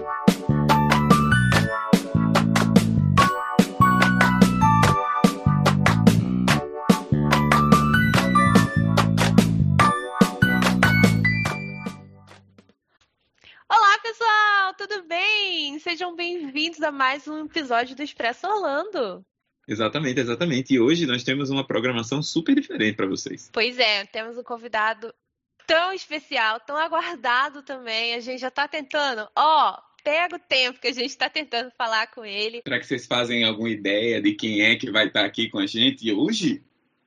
Olá, pessoal, tudo bem? Sejam bem-vindos a mais um episódio do Expresso Orlando. Exatamente, exatamente. E hoje nós temos uma programação super diferente para vocês. Pois é, temos um convidado tão especial, tão aguardado também. A gente já tá tentando, pega o tempo que a gente tá tentando falar com ele. Será que vocês fazem alguma ideia de quem é que vai estar aqui com a gente hoje?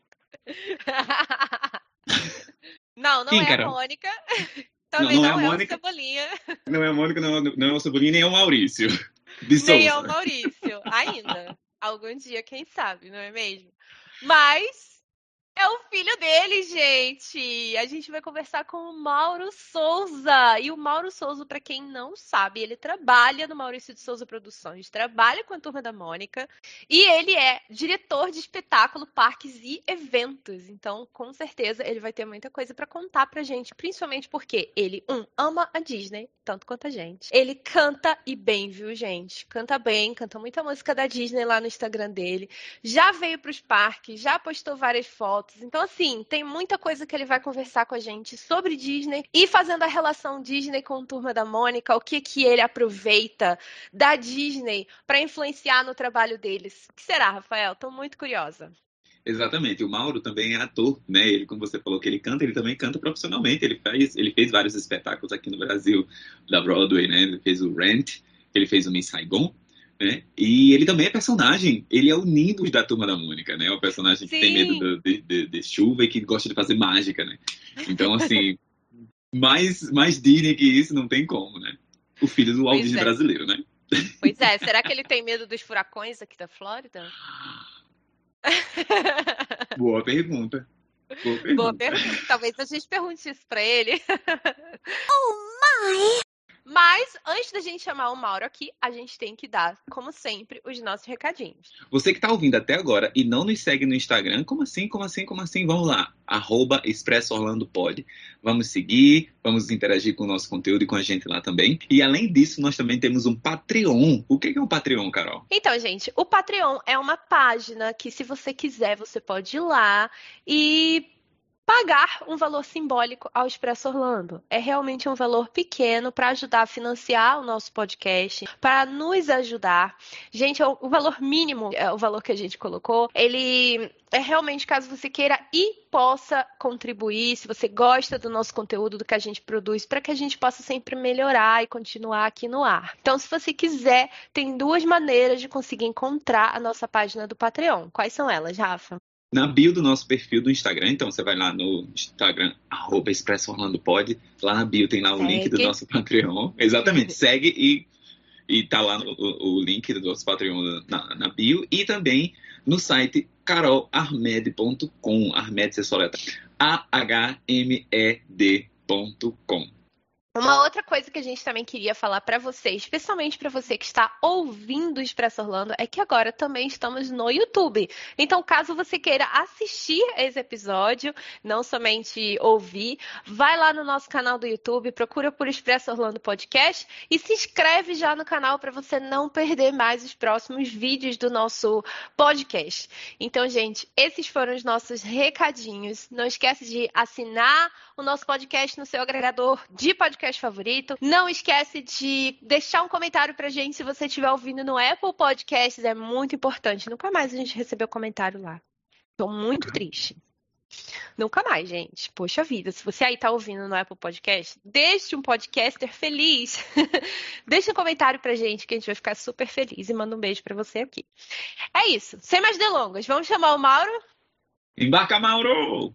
Não Quem, é a Carol? Mônica. Também Não é a não é o Mônica, Cebolinha, não é a Mônica, não é o Cebolinha, nem é o Maurício de nem é o Souza. Maurício, ainda. Algum dia, quem sabe, não é mesmo? Mas é o filho dele, gente. A gente vai conversar com o Mauro Souza. E o Mauro Souza, para quem não sabe, ele trabalha no Maurício de Souza Produções, trabalha com a Turma da Mônica e ele é diretor de espetáculo, parques e eventos. Então, com certeza, ele vai ter muita coisa para contar pra gente, principalmente porque ele, ama a Disney, tanto quanto a gente. Ele canta e bem, viu, gente? Canta bem, canta muita música da Disney lá no Instagram dele. Já veio pros parques, já postou várias fotos. Então, assim, tem muita coisa que ele vai conversar com a gente sobre Disney e fazendo a relação Disney com a Turma da Mônica, o que ele aproveita da Disney para influenciar no trabalho deles. O que será, Rafael? Estou muito curiosa. Exatamente. O Mauro também é ator, né? Ele, como você falou que ele canta, ele também canta profissionalmente. Ele fez vários espetáculos aqui no Brasil, da Broadway, né? Ele fez o Rent, ele fez o Miss Saigon, né? E ele também é personagem. Ele é o Nimbus da Turma da Mônica, né? É o personagem que tem medo de chuva e que gosta de fazer mágica, né? Então, assim, mais Disney que isso não tem como, né? O filho do Walt Disney brasileiro, né? Pois é. Será que ele tem medo dos furacões aqui da Flórida? Boa pergunta. Boa pergunta. Talvez a gente pergunte isso pra ele. Oh, my! Mas, antes da gente chamar o Mauro aqui, a gente tem que dar, como sempre, os nossos recadinhos. Você que está ouvindo até agora e não nos segue no Instagram, como assim? Vamos lá, @ExpressoOrlandoPod. Vamos seguir, vamos interagir com o nosso conteúdo e com a gente lá também. E além disso, nós também temos um Patreon. O que é um Patreon, Carol? Então, gente, o Patreon é uma página que, se você quiser, você pode ir lá e pagar um valor simbólico ao Expresso Orlando. É realmente um valor pequeno para ajudar a financiar o nosso podcast, para nos ajudar. Gente, o valor mínimo, o valor que a gente colocou, ele é realmente caso você queira e possa contribuir, se você gosta do nosso conteúdo, do que a gente produz, para que a gente possa sempre melhorar e continuar aqui no ar. Então, se você quiser, tem duas maneiras de conseguir encontrar a nossa página do Patreon. Quais são elas, Rafa? Na bio do nosso perfil do Instagram, então você vai lá no Instagram, @ExpressoOrlandoPod, lá na bio tem lá o link do nosso Patreon. Exatamente, segue e tá lá o link do nosso Patreon na bio. E também no site carolarmed.com, Armed se soleta, AHMED.com. Uma outra coisa que a gente também queria falar para você, especialmente para você que está ouvindo o Expresso Orlando, é que agora também estamos no YouTube. Então, caso você queira assistir esse episódio, não somente ouvir, vai lá no nosso canal do YouTube, procura por Expresso Orlando Podcast e se inscreve já no canal para você não perder mais os próximos vídeos do nosso podcast. Então, gente, esses foram os nossos recadinhos. Não esquece de assinar o nosso podcast no seu agregador de podcast favorito. Não esquece de deixar um comentário pra gente se você estiver ouvindo no Apple Podcasts, é muito importante. Nunca mais a gente recebeu comentário lá. Tô muito triste. Nunca mais, gente. Poxa vida, se você aí tá ouvindo no Apple Podcast, deixe um podcaster feliz. Deixa um comentário pra gente que a gente vai ficar super feliz e manda um beijo pra você aqui. É isso. Sem mais delongas, vamos chamar o Mauro? Embarca, Mauro!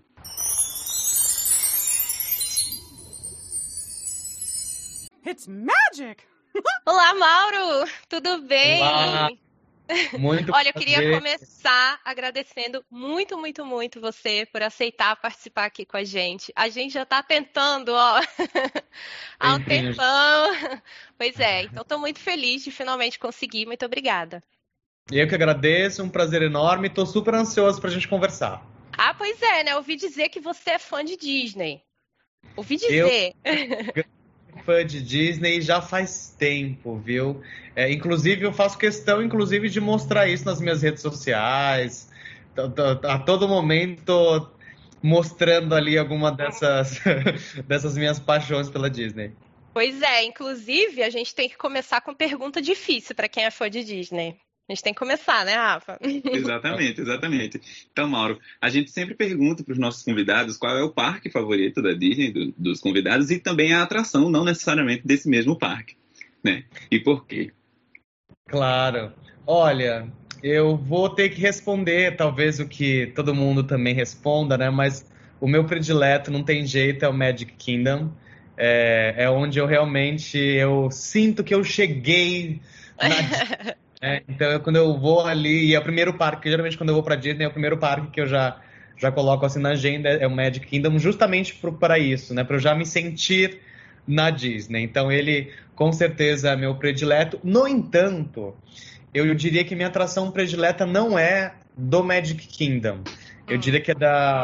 It's magic! Olá, Mauro! Tudo bem? Olá! Muito Olha, eu queria prazer. começar agradecendo muito, muito, muito você por aceitar participar aqui com a gente. A gente já tá tentando, há um tempão. Pois é, então tô muito feliz de finalmente conseguir. Muito obrigada. Eu que agradeço, um prazer enorme. Tô super ansioso pra gente conversar. Ah, pois é, né? Ouvi dizer que você é fã de Disney. Ouvi dizer. fã de Disney já faz tempo, viu? Inclusive, eu faço questão, inclusive, de mostrar isso nas minhas redes sociais. A todo momento, tô mostrando ali alguma dessas minhas paixões pela Disney. Pois é, inclusive a gente tem que começar com pergunta difícil para quem é fã de Disney. A gente tem que começar, né, Rafa? Exatamente, exatamente. Então, Mauro, a gente sempre pergunta para os nossos convidados qual é o parque favorito da Disney, dos convidados, e também a atração, não necessariamente desse mesmo parque, né? E por quê? Claro. Olha, eu vou ter que responder, talvez o que todo mundo também responda, né? Mas o meu predileto, não tem jeito, é o Magic Kingdom. É onde eu sinto que eu cheguei na então, quando eu vou ali, e é o primeiro parque, geralmente quando eu vou pra Disney, é o primeiro parque que eu já coloco assim na agenda, é o Magic Kingdom, justamente para isso, né? Para eu já me sentir na Disney. Então, ele, com certeza, é meu predileto. No entanto, eu diria que minha atração predileta não é do Magic Kingdom. Eu diria que é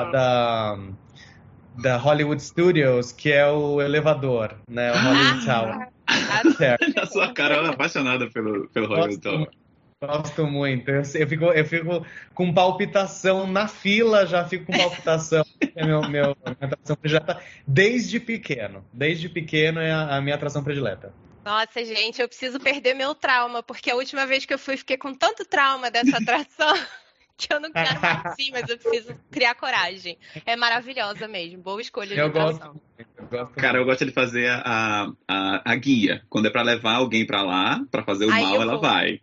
da Hollywood Studios, que é o elevador, né? O Hollywood Tower. Na sua cara, ela é apaixonada pelo Hollywood Tower. Gosto muito. Eu fico com palpitação na fila, já fico com palpitação. É minha atração predileta desde pequeno. Desde pequeno é a minha atração predileta. Nossa, gente, eu preciso perder meu trauma, porque a última vez que eu fui, fiquei com tanto trauma dessa atração que eu não quero mais ir, mas eu preciso criar coragem. É maravilhosa mesmo. Boa escolha de atração. Cara, eu gosto de fazer a guia. Quando é pra levar alguém pra lá, pra fazer o mal, ela vai.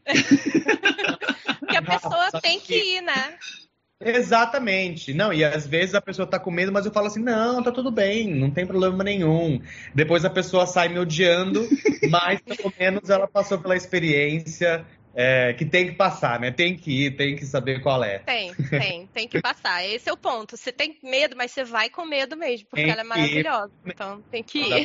Porque a pessoa tem que ir, né? Exatamente. Não, e às vezes a pessoa tá com medo, mas eu falo assim, não, tá tudo bem, não tem problema nenhum. Depois a pessoa sai me odiando, mas pelo menos ela passou pela experiência que tem que passar, né? Tem que ir, tem que saber qual é. Tem que passar. Esse é o ponto. Você tem medo, mas você vai com medo mesmo, porque ela é maravilhosa. Então tem que ir.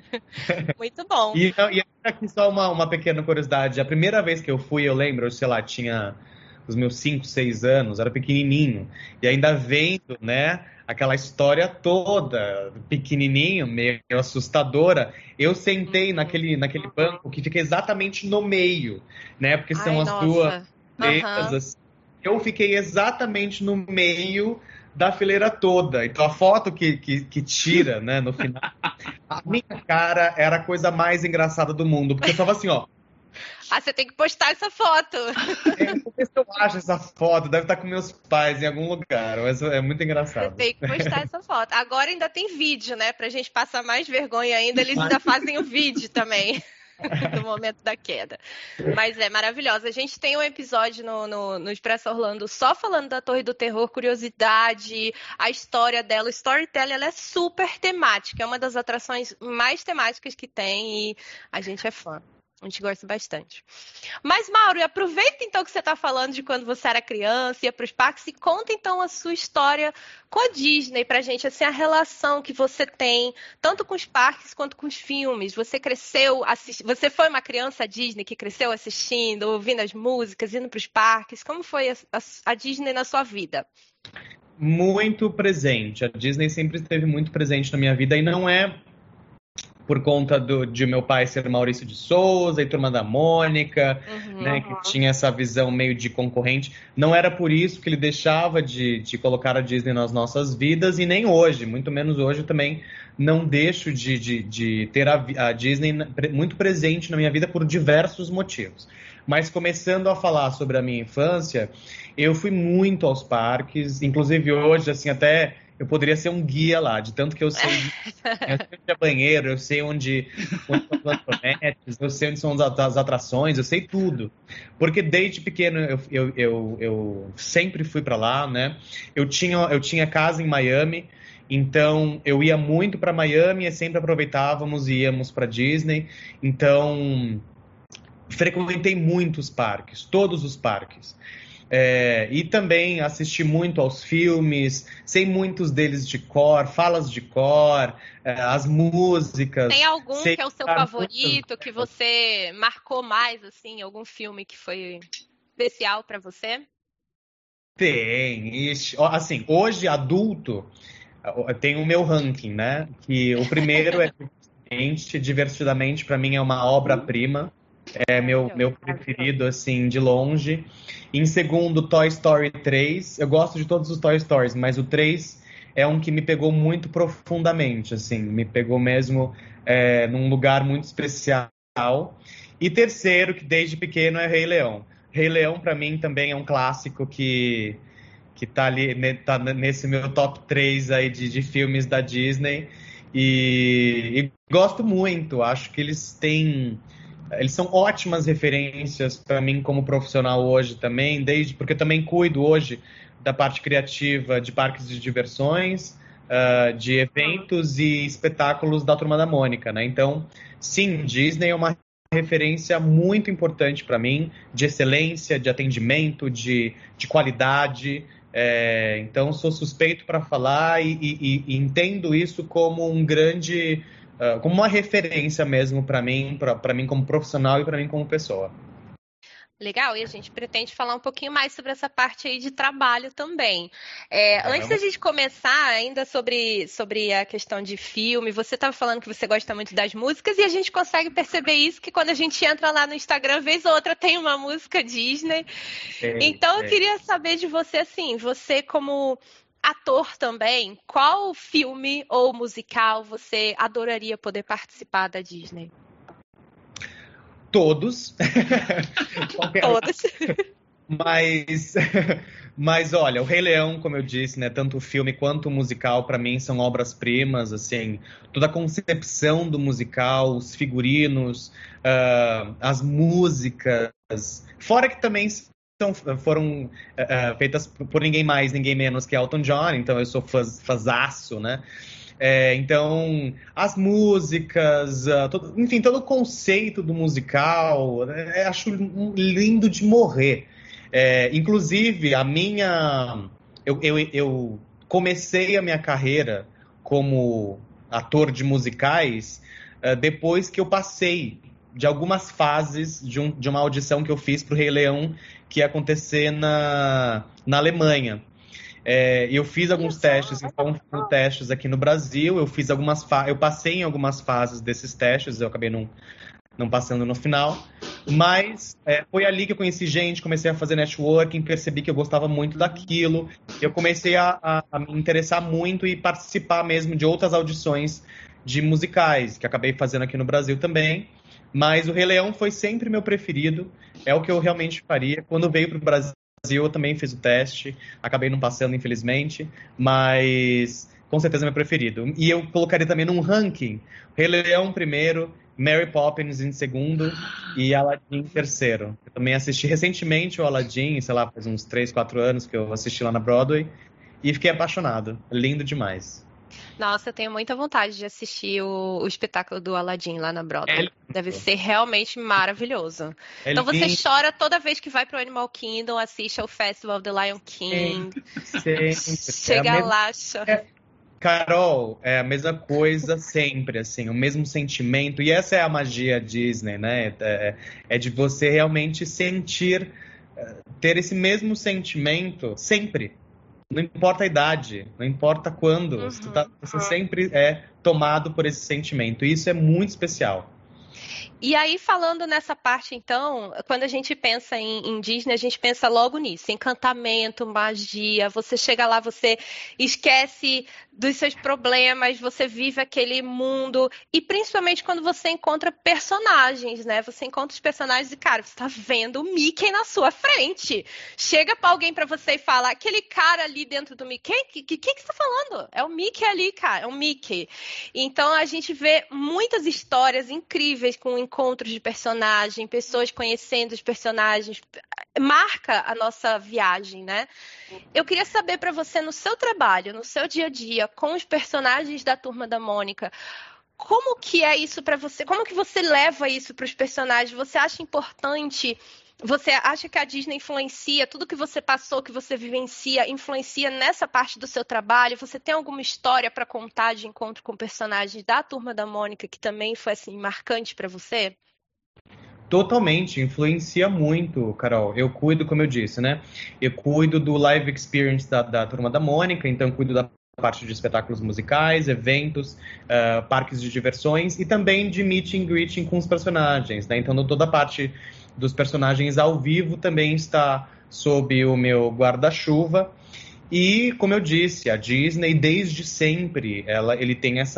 Muito bom. E aqui só uma pequena curiosidade. A primeira vez que eu fui, eu lembro, sei lá, tinha os meus 5, 6 anos, era pequenininho. E ainda vendo, né, aquela história toda, pequenininho, meio assustadora, eu sentei naquele banco que fica exatamente no meio, né, porque são as duas fileiras, assim. Eu fiquei exatamente no meio da fileira toda. Então a foto que tira, né, no final, a minha cara era a coisa mais engraçada do mundo, porque eu tava assim, ó. Você tem que postar essa foto. Vou ver se eu acho essa foto. Deve estar com meus pais em algum lugar. Mas é muito engraçado. Você tem que postar essa foto. Agora ainda tem vídeo, né? Pra gente passar mais vergonha ainda, eles ainda fazem o vídeo também. Do momento da queda. Mas é maravilhosa. A gente tem um episódio no Expresso Orlando só falando da Torre do Terror, curiosidade, a história dela, o storytelling, ela é super temática. É uma das atrações mais temáticas que tem e a gente é fã. A gente gosta bastante. Mas, Mauro, aproveita então que você está falando de quando você era criança, ia para os parques, e conta então a sua história com a Disney pra gente, assim, a relação que você tem, tanto com os parques quanto com os filmes. Você cresceu, você foi uma criança Disney que cresceu assistindo, ouvindo as músicas, indo para os parques. Como foi a Disney na sua vida? Muito presente. A Disney sempre esteve muito presente na minha vida e não é por conta de meu pai ser Maurício de Souza e Turma da Mônica, né, que tinha essa visão meio de concorrente. Não era por isso que ele deixava de colocar a Disney nas nossas vidas, e nem hoje, muito menos hoje também não deixo de ter a Disney muito presente na minha vida por diversos motivos. Mas começando a falar sobre a minha infância, eu fui muito aos parques, inclusive hoje, assim, até eu poderia ser um guia lá, de tanto que eu sei onde é banheiro, eu sei onde são as lanchonetes, eu sei onde são as atrações, eu sei tudo. Porque desde pequeno eu sempre fui para lá, né? Eu tinha casa em Miami, então eu ia muito para Miami e sempre aproveitávamos e íamos para Disney. Então frequentei muitos parques, todos os parques. E também assisti muito aos filmes, sei muitos deles de cor, falas de cor, as músicas. Tem algum que é o seu favorito, que você marcou mais, assim, algum filme que foi especial para você? Tem. Assim, hoje, adulto, tem o meu ranking, né? Que o primeiro é Divertidamente. Divertidamente, pra mim, é uma obra-prima. É meu preferido, assim, de longe. Em segundo, Toy Story 3. Eu gosto de todos os Toy Stories, mas o 3 é um que me pegou muito profundamente, assim. Me pegou mesmo num lugar muito especial. E terceiro, que desde pequeno, é Rei Leão. Rei Leão, pra mim, também é um clássico que tá ali, tá nesse meu top 3 aí de filmes da Disney. E gosto muito. Acho que eles são ótimas referências para mim como profissional hoje também, porque eu também cuido hoje da parte criativa de parques de diversões, de eventos e espetáculos da Turma da Mônica, né? Então, sim, Disney é uma referência muito importante para mim, de excelência, de atendimento, de qualidade. Então, sou suspeito para falar e entendo isso como um grande... como uma referência mesmo para mim como profissional e para mim como pessoa. Legal, e a gente pretende falar um pouquinho mais sobre essa parte aí de trabalho também. Antes da gente começar ainda sobre a questão de filme, você estava falando que você gosta muito das músicas e a gente consegue perceber isso, que quando a gente entra lá no Instagram, vez ou outra tem uma música Disney. Então eu queria saber de você, assim, você como ator também, qual filme ou musical você adoraria poder participar da Disney? Todos. Todos. Mas olha, o Rei Leão, como eu disse, né, tanto o filme quanto o musical, para mim, são obras-primas, assim, toda a concepção do musical, os figurinos, as músicas, fora que também foram feitas por ninguém mais, ninguém menos que Elton John, então eu sou fãzaço, né? Então, as músicas, enfim, todo o conceito do musical, acho lindo de morrer. Inclusive, eu comecei a minha carreira como ator de musicais depois que eu passei de algumas fases de uma audição que eu fiz para o Rei Leão, que ia acontecer na Alemanha. Eu fiz alguns testes, então foram testes aqui no Brasil, eu passei em algumas fases desses testes, eu acabei não passando no final, mas foi ali que eu conheci gente, comecei a fazer networking, percebi que eu gostava muito daquilo, eu comecei a me interessar muito e participar mesmo de outras audições de musicais, que acabei fazendo aqui no Brasil também, mas o Rei Leão foi sempre meu preferido, é o que eu realmente faria. Quando veio para o Brasil, eu também fiz o teste, acabei não passando, infelizmente, mas com certeza é meu preferido. E eu colocaria também num ranking, Rei Leão primeiro, Mary Poppins em segundo e Aladdin em terceiro. Eu também assisti recentemente o Aladdin, sei lá, faz uns 3, 4 anos que eu assisti lá na Broadway, e fiquei apaixonado. Lindo demais. Nossa, eu tenho muita vontade de assistir o espetáculo do Aladdin lá na Broadway. Deve ser realmente maravilhoso. Então você chora toda vez que vai pro Animal Kingdom, assiste ao Festival of the Lion King. Sempre. Chega lá, chora. Carol, é a mesma coisa sempre, assim, o mesmo sentimento. E essa é a magia Disney, né? É de você realmente sentir, ter esse mesmo sentimento sempre. Não importa a idade, não importa quando, você sempre é tomado por esse sentimento. E isso é muito especial. E aí, falando nessa parte, então, quando a gente pensa em Disney, a gente pensa logo nisso, encantamento, magia, você chega lá, você esquece dos seus problemas, você vive aquele mundo, e principalmente quando você encontra personagens, né? Você encontra os personagens e, cara, você tá vendo o Mickey na sua frente. Chega pra alguém pra você e fala, aquele cara ali dentro do Mickey, que você tá falando? É o Mickey ali, cara, é o Mickey. Então, a gente vê muitas histórias incríveis com encontros de personagem, pessoas conhecendo os personagens, marca a nossa viagem, né? Eu queria saber para você, no seu trabalho, no seu dia a dia, com os personagens da Turma da Mônica, como que é isso para você? Como que você leva isso para os personagens? Você acha importante? Você acha que a Disney influencia tudo que você passou, que você vivencia, influencia nessa parte do seu trabalho? Você tem alguma história para contar de encontro com personagens da Turma da Mônica que também foi assim marcante para você? Totalmente, influencia muito, Carol. Eu cuido, como eu disse, né? Eu cuido do live experience da Turma da Mônica, então eu cuido da parte de espetáculos musicais, eventos, parques de diversões e também de meet and greeting com os personagens, né? Então toda a parte dos personagens ao vivo também está sob o meu guarda-chuva. E, como eu disse, a Disney, desde sempre, eles têm essa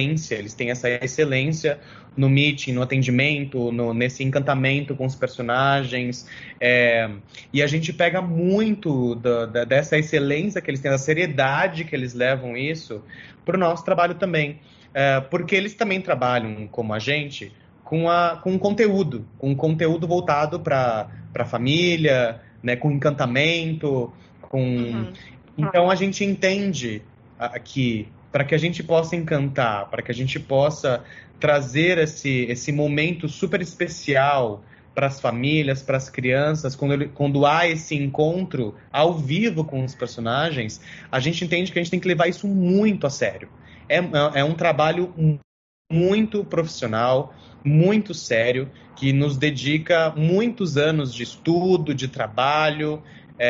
excelência no meeting, no atendimento, nesse encantamento com os personagens. E a gente pega muito dessa excelência que eles têm, da seriedade que eles levam isso, para o nosso trabalho também. Porque eles também trabalham, como a gente, com conteúdo voltado para a família, né, com encantamento, Então a gente entende que para que a gente possa encantar, para que a gente possa trazer esse momento super especial para as famílias, para as crianças, quando há esse encontro ao vivo com os personagens, a gente entende que a gente tem que levar isso muito a sério. É um trabalho muito profissional, muito sério, que nos dedica muitos anos de estudo, de trabalho,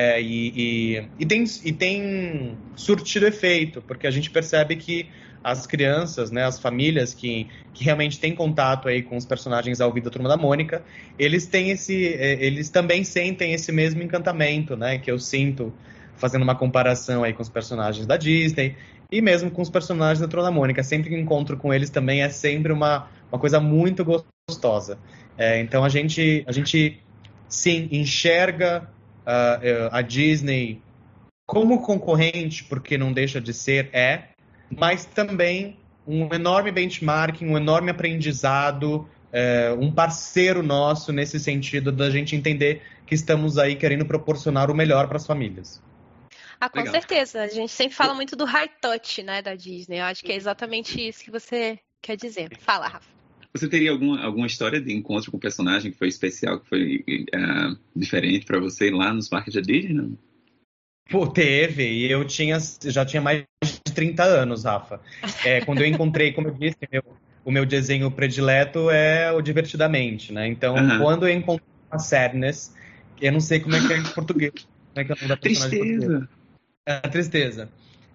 e tem surtido efeito, porque a gente percebe que as crianças, né, as famílias que realmente têm contato aí com os personagens ao vivo da Turma da Mônica, eles também sentem esse mesmo encantamento, né, que eu sinto fazendo uma comparação aí com os personagens da Disney e mesmo com os personagens da Turma da Mônica. Sempre que encontro com eles também é sempre uma coisa muito gostosa. Então a gente sim enxerga a Disney como concorrente, porque não deixa de ser, mas também um enorme benchmarking, um enorme aprendizado, um parceiro nosso nesse sentido da gente entender que estamos aí querendo proporcionar o melhor para as famílias. Com Legal. Certeza. A gente sempre fala muito do high touch, né, da Disney. Eu acho que é exatamente isso que você quer dizer. Fala, Rafa. Você teria alguma história de encontro com o personagem que foi especial, que foi diferente para você lá nos parques da Disney, não? Pô, teve. E eu já tinha mais de 30 anos, Rafa. Quando eu encontrei, como eu disse, o meu desenho predileto é o Divertidamente, né? Então, quando eu encontrei a Sadness, eu não sei como é que é em português. Como é que é o nome da personagem em português? Tristeza.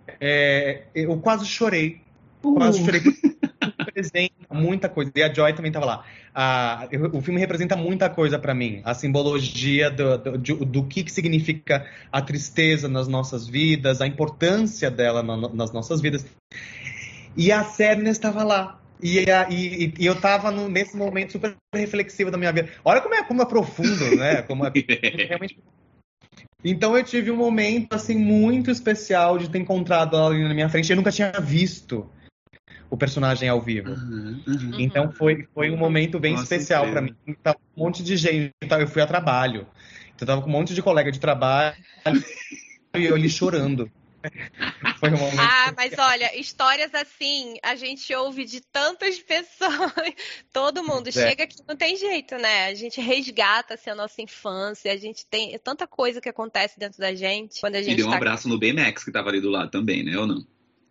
Eu quase chorei. Representa muita coisa. E a Joy também estava lá. O filme representa muita coisa para mim. A simbologia do que significa a tristeza nas nossas vidas, a importância dela nas nossas vidas. E a Sadness estava lá. E eu estava nesse momento super reflexivo da minha vida. Olha como é profundo, né? Realmente. Então eu tive um momento assim muito especial de ter encontrado ela ali na minha frente. Eu nunca tinha visto o personagem ao vivo. Então foi um momento bem especial para mim. Tava um monte de gente, eu fui a trabalho. Então tava com um monte de colega de trabalho e eu ali chorando. Foi um momento mas olha, histórias assim, a gente ouve de tantas pessoas. Todo mundo chega que não tem jeito, né? A gente resgata assim, a nossa infância, a gente tem tanta coisa que acontece dentro da gente. Quando a gente deu um abraço no Baymax, que tava ali do lado também, né? Ou não?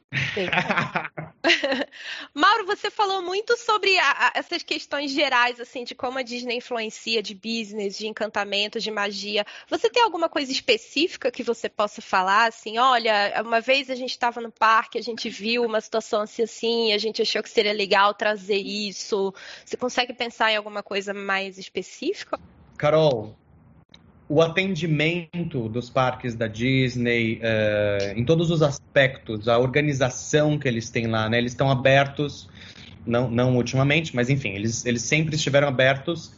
Mauro, você falou muito sobre essas questões gerais, assim, de como a Disney influencia de business, de encantamento, de magia. Você tem alguma coisa específica que você possa falar, assim, olha, uma vez a gente estava no parque, a gente viu uma situação assim, a gente achou que seria legal trazer isso. Você consegue pensar em alguma coisa mais específica? Carol, o atendimento dos parques da Disney, em todos os aspectos, a organização que eles têm lá, né? Eles estão abertos, não ultimamente, mas enfim, eles sempre estiveram abertos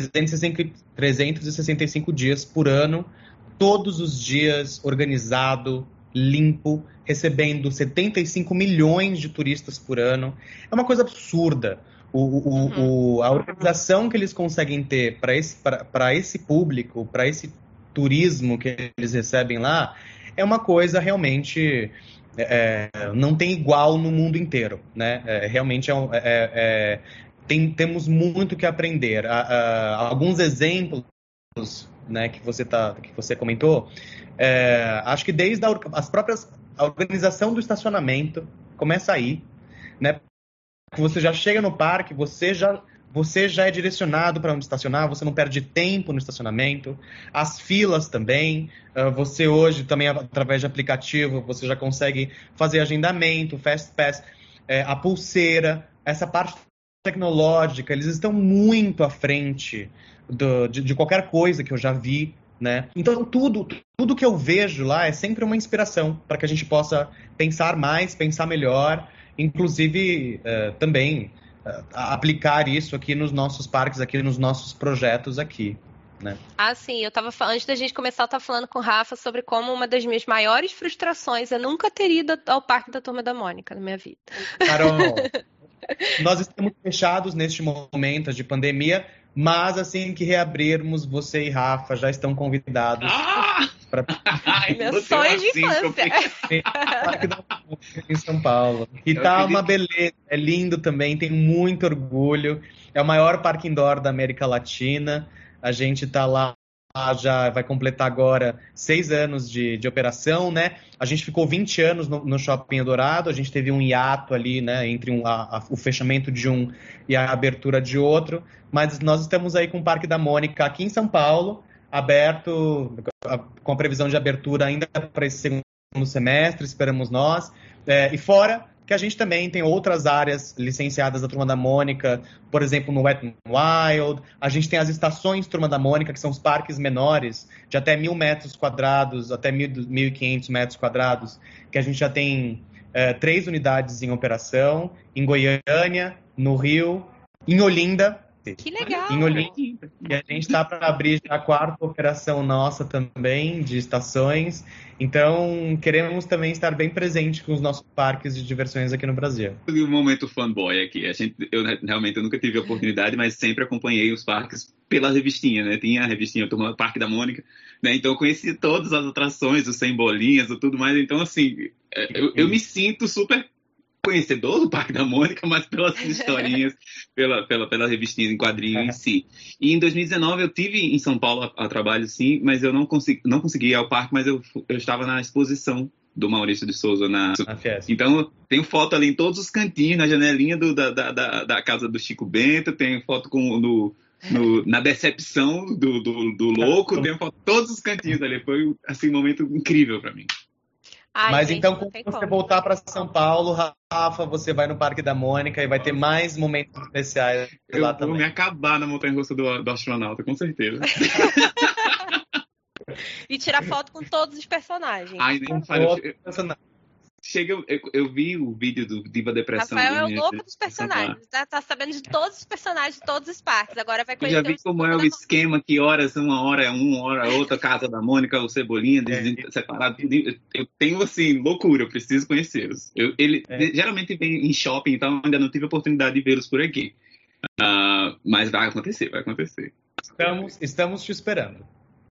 365 dias por ano, todos os dias organizado, limpo, recebendo 75 milhões de turistas por ano. É uma coisa absurda. A organização que eles conseguem ter para esse público, para esse turismo que eles recebem lá, é uma coisa realmente não tem igual no mundo inteiro, né? Realmente temos muito que aprender. Alguns exemplos, né, que você comentou, acho que desde a organização do estacionamento começa aí, né? Você já chega no parque, você já você já é direcionado para onde estacionar, você não perde tempo no estacionamento. As filas também, você hoje também, através de aplicativo, você já consegue fazer agendamento, Fast Pass, a pulseira, essa parte tecnológica, eles estão muito à frente de qualquer coisa que eu já vi, né? Então, tudo que eu vejo lá é sempre uma inspiração para que a gente possa pensar mais, pensar melhor, inclusive também aplicar isso aqui nos nossos parques, aqui nos nossos projetos aqui, né? Ah, sim, eu tava antes da gente começar, eu tava falando com o Rafa sobre como uma das minhas maiores frustrações é nunca ter ido ao Parque da Turma da Mônica na minha vida. Carol, nós estamos fechados neste momento de pandemia, mas assim que reabrirmos, você e Rafa já estão convidados para meu sonho de infância. Em São Paulo. E tá uma beleza, é lindo também, tem muito orgulho. É o maior parque indoor da América Latina. A gente tá lá, já vai completar agora 6 anos de operação, né? A gente ficou 20 anos no Shopping Eldorado, a gente teve um hiato ali, né, entre o fechamento de um e a abertura de outro, mas nós estamos aí com o Parque da Mônica aqui em São Paulo, aberto, com a previsão de abertura ainda para esse segundo semestre, esperamos nós, e fora que a gente também tem outras áreas licenciadas da Turma da Mônica, por exemplo, no Wet n Wild. A gente tem as estações Turma da Mônica, que são os parques menores, de até 1.000 metros quadrados, até 1.500 metros quadrados, que a gente já tem 3 unidades em operação, em Goiânia, no Rio, em Olinda. Que legal! Em Olinda. E a gente está para abrir a 4ª operação nossa também, de estações. Então, queremos também estar bem presente com os nossos parques de diversões aqui no Brasil. Um momento fanboy aqui. Eu realmente nunca tive a oportunidade, mas sempre acompanhei os parques pela revistinha, né? Tinha a revistinha Turma do Parque da Mônica, né? Então, eu conheci todas as atrações, os 100 bolinhas, e tudo mais. Então, assim, eu me sinto super conhecedor do Parque da Mônica, mas pelas historinhas, pela revistinha em quadrinho em si. E em 2019 eu tive em São Paulo a trabalho, sim, mas eu não consegui ir ao parque, mas eu estava na exposição do Maurício de Souza na Fiesp. Então, tenho foto ali em todos os cantinhos, na janelinha da casa do Chico Bento, tenho foto na decepção do louco, tenho foto em todos os cantinhos ali. Foi, assim, um momento incrível para mim. Ai, mas gente, então, quando você voltar para São Paulo, Rafa, você vai no Parque da Mônica e vai ter mais momentos especiais lá também. Eu vou me acabar na montanha-russa do astronauta, com certeza. E tirar foto com todos os personagens. Ai, nem eu vi o vídeo do Diva Depressão. Rafael é o louco dos personagens. Tá sabendo de todos os personagens de todos os parques. Agora vai conhecer. Eu já vi como é o esquema, que horas, uma hora é um, hora outra, Casa da Mônica, o Cebolinha, separado. Eu tenho, assim, loucura, eu preciso conhecê-los. Geralmente vem em shopping, então ainda não tive a oportunidade de vê-los por aqui. Mas vai acontecer. Estamos te esperando.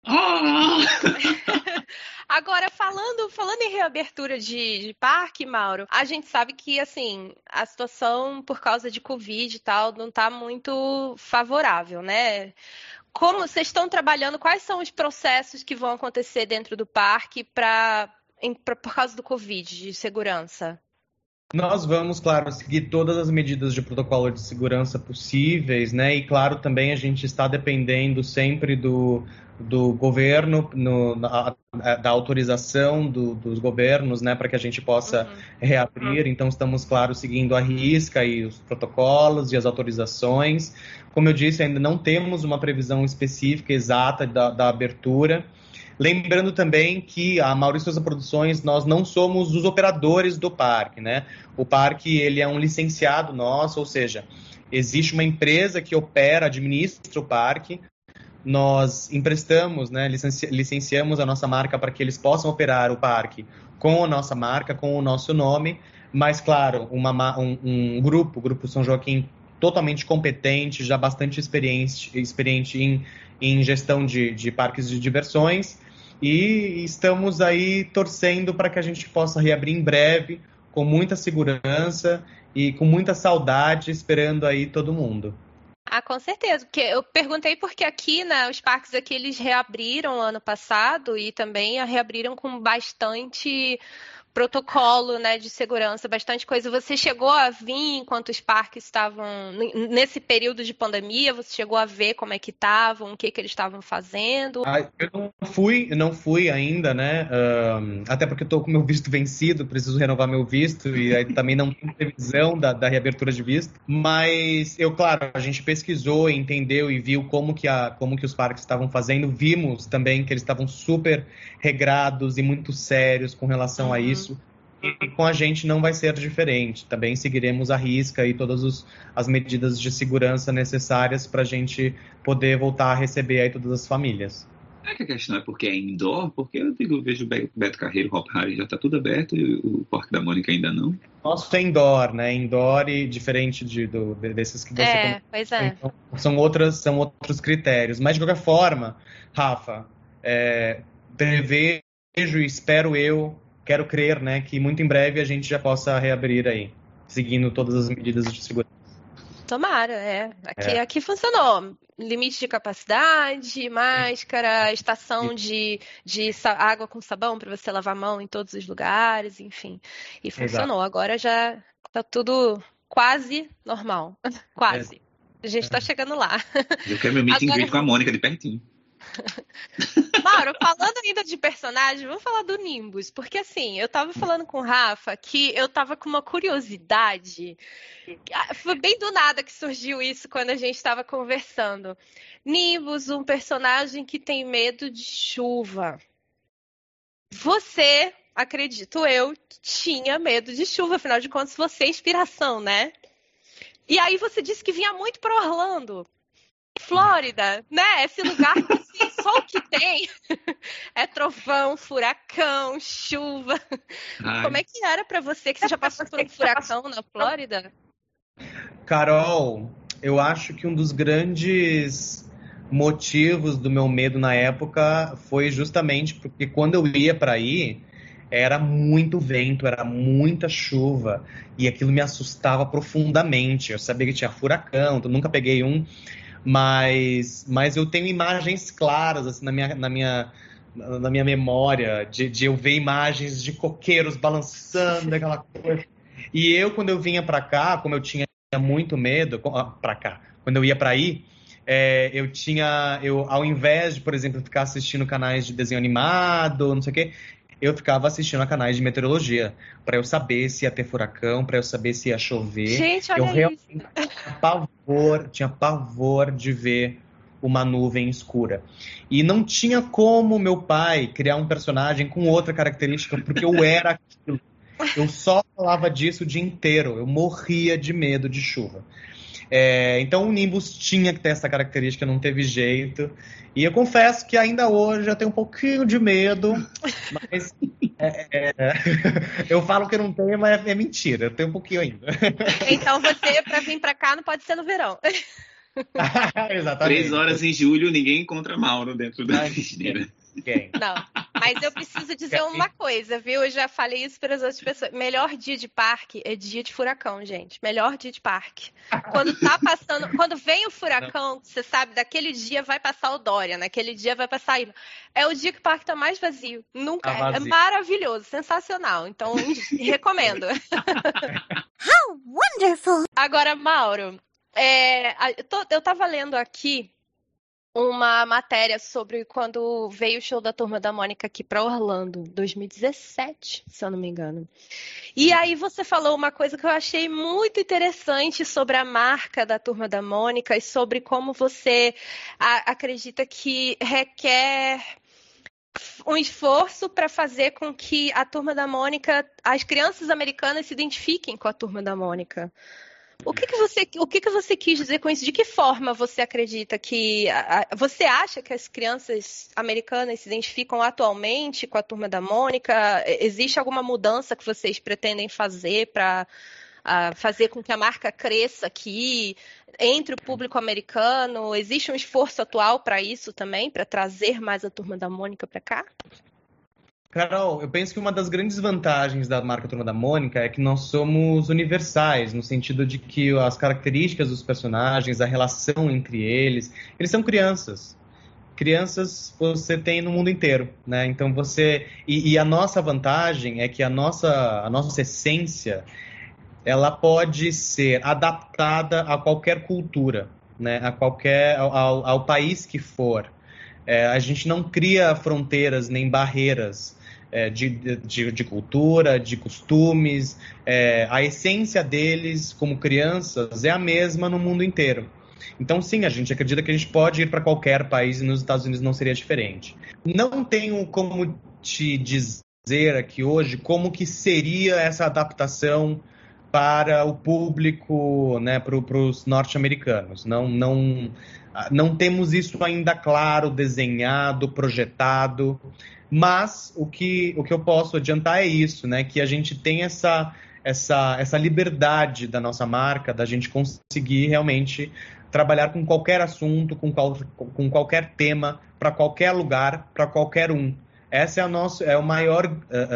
Agora, falando em reabertura de parque, Mauro, a gente sabe que, assim, a situação por causa de Covid e tal não está muito favorável, né? Como vocês estão trabalhando, quais são os processos que vão acontecer dentro do parque por causa do Covid, de segurança? Nós vamos, claro, seguir todas as medidas de protocolo de segurança possíveis, né? E, claro, também a gente está dependendo sempre do governo, da autorização dos governos, né? Para que a gente possa reabrir. Então, estamos, claro, seguindo à risca e os protocolos e as autorizações. Como eu disse, ainda não temos uma previsão específica, exata da abertura. Lembrando também que a Maurício Souza Produções, nós não somos os operadores do parque, né? O parque, ele é um licenciado nosso, ou seja, existe uma empresa que opera, administra o parque. Nós emprestamos, né, licenciamos a nossa marca para que eles possam operar o parque com a nossa marca, com o nosso nome, mas, claro, o Grupo São Joaquim, totalmente competente, já bastante experiente em gestão de parques de diversões, e estamos aí torcendo para que a gente possa reabrir em breve, com muita segurança e com muita saudade, esperando aí todo mundo. Ah, com certeza, porque eu perguntei porque aqui, né, os parques aqui eles reabriram ano passado e também reabriram com bastante protocolo, né, de segurança, bastante coisa. Você chegou a vir enquanto os parques estavam nesse período de pandemia? Você chegou a ver como é que estavam, o que eles estavam fazendo? Eu não fui ainda, né? Até porque eu tô com meu visto vencido, preciso renovar meu visto e aí também não tem previsão da reabertura de visto. Mas claro, a gente pesquisou, entendeu e viu como que os parques estavam fazendo. Vimos também que eles estavam super regrados e muito sérios com relação a isso. E com a gente não vai ser diferente. Também seguiremos à risca e todas as medidas de segurança necessárias para a gente poder voltar a receber aí todas as famílias. É que a questão é porque é indoor, porque eu vejo o Beto Carreiro, o Hop Harry já está tudo aberto e o Parque da Mônica ainda não. Nosso é indoor, né? Indoor e diferente desses que você pois é. Então, são outros critérios. Mas de qualquer forma, Rafa, prevejo e espero quero crer, né, que muito em breve a gente já possa reabrir aí, seguindo todas as medidas de segurança. Tomara, Aqui funcionou. Limite de capacidade, máscara, estação de água com sabão para você lavar a mão em todos os lugares, enfim. E funcionou. Exato. Agora já tá tudo quase normal. Quase. A gente tá chegando lá. Eu quero meu meet and greet com a Mônica de pertinho. Mauro, falando ainda de personagem, vamos falar do Nimbus, porque assim, eu tava falando com o Rafa que eu tava com uma curiosidade, foi bem do nada que surgiu isso quando a gente tava conversando. Nimbus, um personagem que tem medo de chuva. Você, acredito eu, tinha medo de chuva, afinal de contas você é inspiração, né? E aí você disse que vinha muito pra Orlando. Flórida, né? Esse lugar que assim, só o que tem é trovão, furacão, chuva. Ai. Como é que era pra você que você já passou por um furacão na Flórida? Carol, eu acho que um dos grandes motivos do meu medo na época foi justamente porque quando eu ia para aí era muito vento, era muita chuva e aquilo me assustava profundamente. Eu sabia que tinha furacão, eu nunca peguei um. Mas eu tenho imagens claras assim, na minha memória de eu ver imagens de coqueiros balançando, aquela coisa. E quando eu vinha para cá, como eu tinha muito medo, quando eu ia para aí, ao invés de, por exemplo, ficar assistindo canais de desenho animado, não sei o quê, eu ficava assistindo a canais de meteorologia, para eu saber se ia ter furacão, para eu saber se ia chover. Gente, olha eu realmente tinha pavor de ver uma nuvem escura. E não tinha como meu pai criar um personagem com outra característica, porque eu era aquilo. Eu só falava disso o dia inteiro. Eu morria de medo de chuva. Então o Nimbus tinha que ter essa característica, não teve jeito. E eu confesso que ainda hoje eu tenho um pouquinho de medo, mas eu falo que não tenho, mas é mentira, eu tenho um pouquinho ainda. Então você, para vir para cá, não pode ser no verão. Exatamente. 3 horas em julho, ninguém encontra Mauro dentro da Disney. Não, mas eu preciso dizer uma coisa, viu? Eu já falei isso para as outras pessoas. Melhor dia de parque é dia de furacão, gente. Melhor dia de parque. Quando vem o furacão, você sabe, daquele dia vai passar o Dorian, naquele dia vai passar Irma. É o dia que o parque tá mais vazio. Nunca. É maravilhoso, sensacional. Então, recomendo. How wonderful! Agora, Mauro, eu tava lendo aqui uma matéria sobre quando veio o show da Turma da Mônica aqui para Orlando, 2017, se eu não me engano. E aí você falou uma coisa que eu achei muito interessante sobre a marca da Turma da Mônica e sobre como você acredita que requer um esforço para fazer com que a Turma da Mônica, as crianças americanas se identifiquem com a Turma da Mônica. O que você quis dizer com isso? De que forma você acredita que... Você acha que as crianças americanas se identificam atualmente com a Turma da Mônica? Existe alguma mudança que vocês pretendem fazer para fazer com que a marca cresça aqui entre o público americano? Existe um esforço atual para isso também? Para trazer mais a Turma da Mônica para cá? Carol, eu penso que uma das grandes vantagens da marca Turma da Mônica é que nós somos universais, no sentido de que as características dos personagens, a relação entre eles são crianças. crianças você tem no mundo inteiro, né? Então e a nossa vantagem é que a nossa essência, ela pode ser adaptada a qualquer cultura, né? Ao país que for. A gente não cria fronteiras nem barreiras de cultura, de costumes. A essência deles como crianças é a mesma no mundo inteiro. Então, sim, a gente acredita que a gente pode ir para qualquer país e nos Estados Unidos não seria diferente. Não tenho como te dizer aqui hoje como que seria essa adaptação para o público, né, para os norte-americanos. Não temos isso ainda claro, desenhado, projetado, mas o que eu posso adiantar é isso, né, que a gente tem essa liberdade da nossa marca, da gente conseguir realmente trabalhar com qualquer assunto, com qualquer tema, para qualquer lugar, para qualquer um. Essa é a maior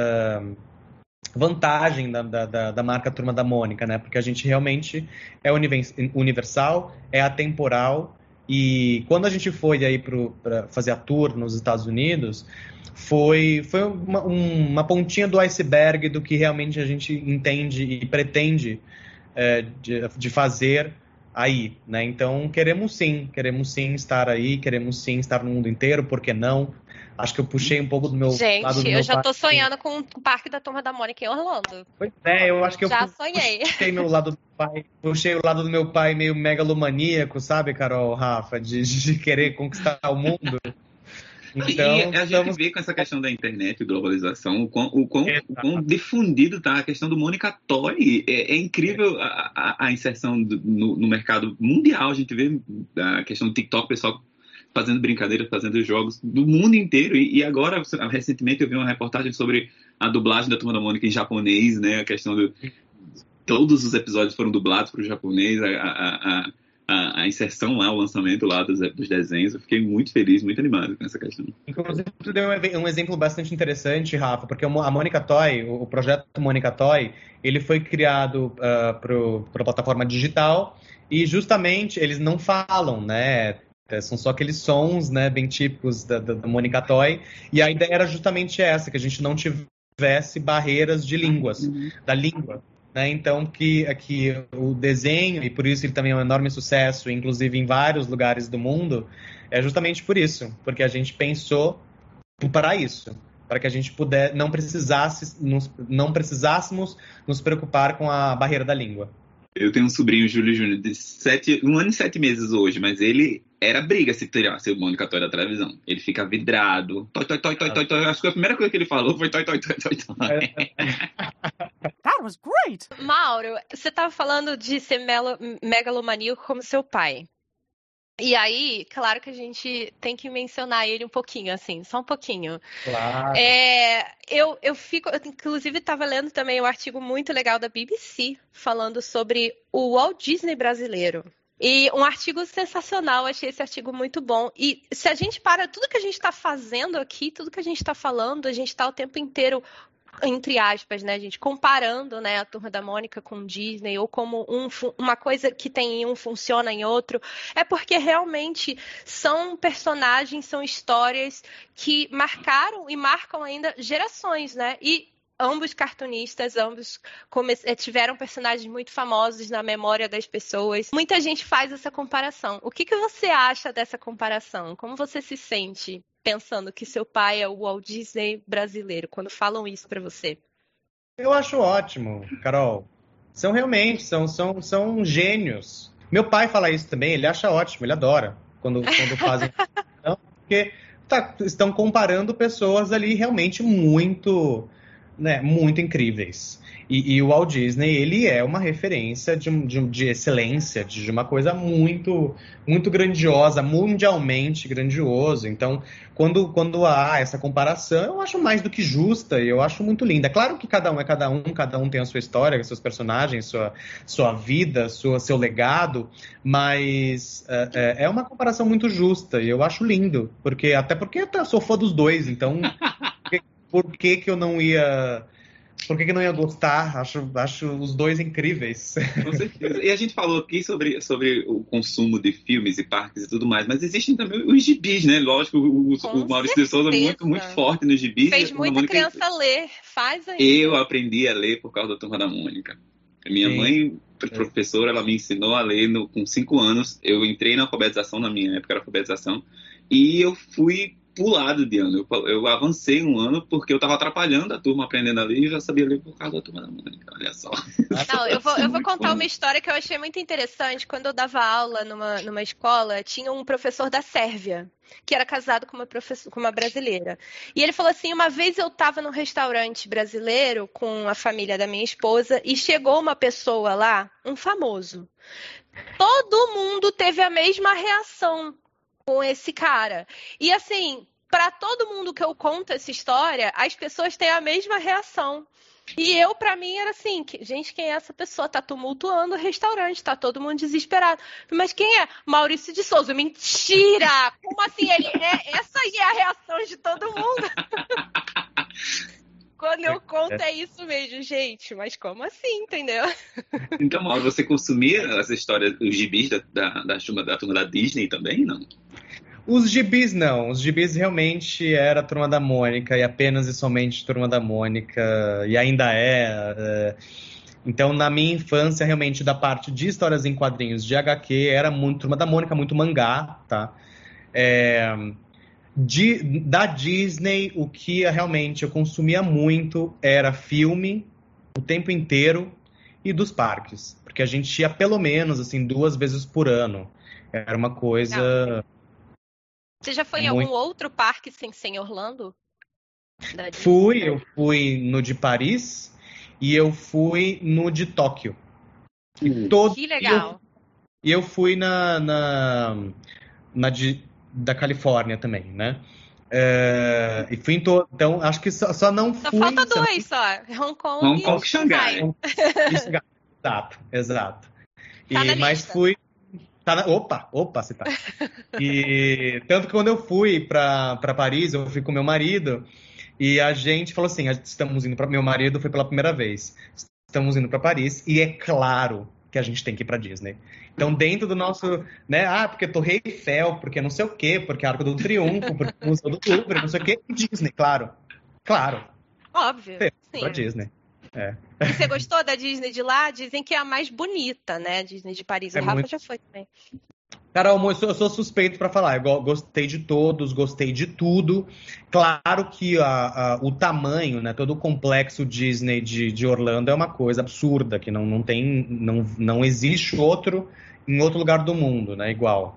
vantagem da marca Turma da Mônica, né? Porque a gente realmente é universal, é atemporal, e quando a gente foi aí para fazer a tour nos Estados Unidos, foi uma pontinha do iceberg do que realmente a gente entende e pretende de fazer aí, né? Então queremos sim estar aí, queremos sim estar no mundo inteiro, por que não? Acho que eu puxei um pouco do meu lado do meu eu já tô sonhando com o Parque da Turma da Mônica em Orlando. Pois é, eu acho que já sonhei. Puxei o lado do meu pai meio megalomaníaco, sabe, Carol, Rafa, de querer conquistar o mundo. Então, e a gente vê com essa questão da internet e globalização o quão difundido tá a questão do Mônica Toy. É incrível a inserção no mercado mundial. A gente vê a questão do TikTok, o pessoal fazendo brincadeiras, fazendo jogos do mundo inteiro. E agora, recentemente, eu vi uma reportagem sobre a dublagem da Turma da Mônica em japonês, né? A questão todos os episódios foram dublados para o japonês, a inserção lá, o lançamento lá dos desenhos. Eu fiquei muito feliz, muito animado com essa questão. Inclusive, tu deu um exemplo bastante interessante, Rafa, porque a Mônica Toy, o projeto Mônica Toy, ele foi criado para a plataforma digital e justamente eles não falam, né? São só aqueles sons, né, bem típicos da Mônica Toy, e a ideia era justamente essa, que a gente não tivesse barreiras de línguas, da língua. Né? Então, que o desenho, e por isso ele também é um enorme sucesso, inclusive em vários lugares do mundo, é justamente por isso, porque a gente pensou para isso, para que a gente não precisássemos nos preocupar com a barreira da língua. Eu tenho um sobrinho, Júlio Júnior, de 1 ano e 7 meses hoje, mas ele era briga se tirasse o Mônica Toy da televisão. Ele fica vidrado. Toy. Acho que a primeira coisa que ele falou foi toy. That was great! Mauro, você estava falando de ser megalomaníaco como seu pai. E aí, claro que a gente tem que mencionar ele um pouquinho, assim, só um pouquinho. Claro. Eu inclusive, estava lendo também um artigo muito legal da BBC, falando sobre o Walt Disney brasileiro. E um artigo sensacional, achei esse artigo muito bom. E se a gente para tudo que a gente está fazendo aqui, tudo que a gente está falando, a gente está o tempo inteiro, entre aspas, né, gente, comparando, né, a Turma da Mônica com Disney, ou como uma coisa que tem em um funciona em outro, é porque realmente são personagens, são histórias que marcaram e marcam ainda gerações, né, e ambos cartunistas, ambos tiveram personagens muito famosos na memória das pessoas. Muita gente faz essa comparação. O que você acha dessa comparação? Como você se sente pensando que seu pai é o Walt Disney brasileiro, quando falam isso pra você? Eu acho ótimo, Carol. São realmente, são gênios. Meu pai fala isso também, ele acha ótimo, ele adora quando fazem. Porque estão comparando pessoas ali realmente muito, né, muito incríveis. E o Walt Disney, ele é uma referência de excelência, de uma coisa muito, muito grandiosa, mundialmente grandioso. Então, quando há essa comparação, eu acho mais do que justa e eu acho muito linda. Claro que cada um tem a sua história, seus personagens, sua vida, seu legado, mas é uma comparação muito justa e eu acho lindo, até porque eu sou fã dos dois, então por que eu não ia por que não ia gostar? Acho os dois incríveis. Com certeza. E a gente falou aqui sobre o consumo de filmes e parques e tudo mais, mas existem também os gibis, né? Lógico, o Maurício de Souza é muito, muito forte nos gibis. Fez muita criança ler, faz ainda. Eu aprendi a ler por causa da Turma da Mônica. Minha mãe, professora, ela me ensinou a ler com 5 anos. Eu entrei na alfabetização, na minha época era alfabetização, e eu fui pulado de ano. Eu avancei um ano porque eu estava atrapalhando a turma aprendendo a ler e eu já sabia ler por causa da Turma da Mônica. Olha só. Não, eu vou contar uma história que eu achei muito interessante. Quando eu dava aula numa escola, tinha um professor da Sérvia, que era casado com uma brasileira. E ele falou assim, uma vez eu estava num restaurante brasileiro com a família da minha esposa e chegou uma pessoa lá, um famoso. Todo mundo teve a mesma reação com esse cara. E assim, para todo mundo que eu conto essa história, as pessoas têm a mesma reação. E pra mim, era assim, gente, quem é essa pessoa? Tá tumultuando o restaurante, tá todo mundo desesperado. Mas quem é? Maurício de Souza. Mentira! Como assim? Essa aí é a reação de todo mundo. Quando eu conto é isso mesmo, gente. Mas como assim, entendeu? Então, Mauro, você consumia as histórias, os gibis da turma da Disney também, não? Os gibis não. Os gibis realmente era a Turma da Mônica e apenas e somente Turma da Mônica. E ainda é. Então, na minha infância, realmente, da parte de histórias em quadrinhos de HQ, era muito Turma da Mônica, muito mangá, tá? Da Disney, o que realmente eu consumia muito era filme o tempo inteiro e dos parques. Porque a gente ia pelo menos, assim, 2 vezes por ano. Era uma coisa... Você já foi em algum outro parque sem ser em Orlando? Eu fui no de Paris e eu fui no de Tóquio. Que legal! E eu fui na da Califórnia também, né? E fui em todo. Então, acho que só não fui... Só falta 2, só. Hong Kong e Xangai. Exato. Tá na mas lista. Fui... Opa, você tá. E tanto que quando eu fui pra Paris, eu fui com meu marido e a gente falou assim, estamos indo para meu marido foi pela primeira vez. Estamos indo para Paris e é claro que a gente tem que ir pra Disney. Então, dentro do nosso, né, porque Torre Eiffel, porque não sei o quê, porque Arco do Triunfo, porque Museu do Louvre, não sei o quê, Disney, claro. Óbvio. Pra Disney. E você gostou da Disney de lá? Dizem que é a mais bonita, né? A Disney de Paris. O Rafa já foi também. Carol, eu sou suspeito pra falar. Eu gostei de todos, gostei de tudo. Claro que o tamanho, né, todo o complexo Disney de Orlando é uma coisa absurda, que não existe outro em outro lugar do mundo, né, igual.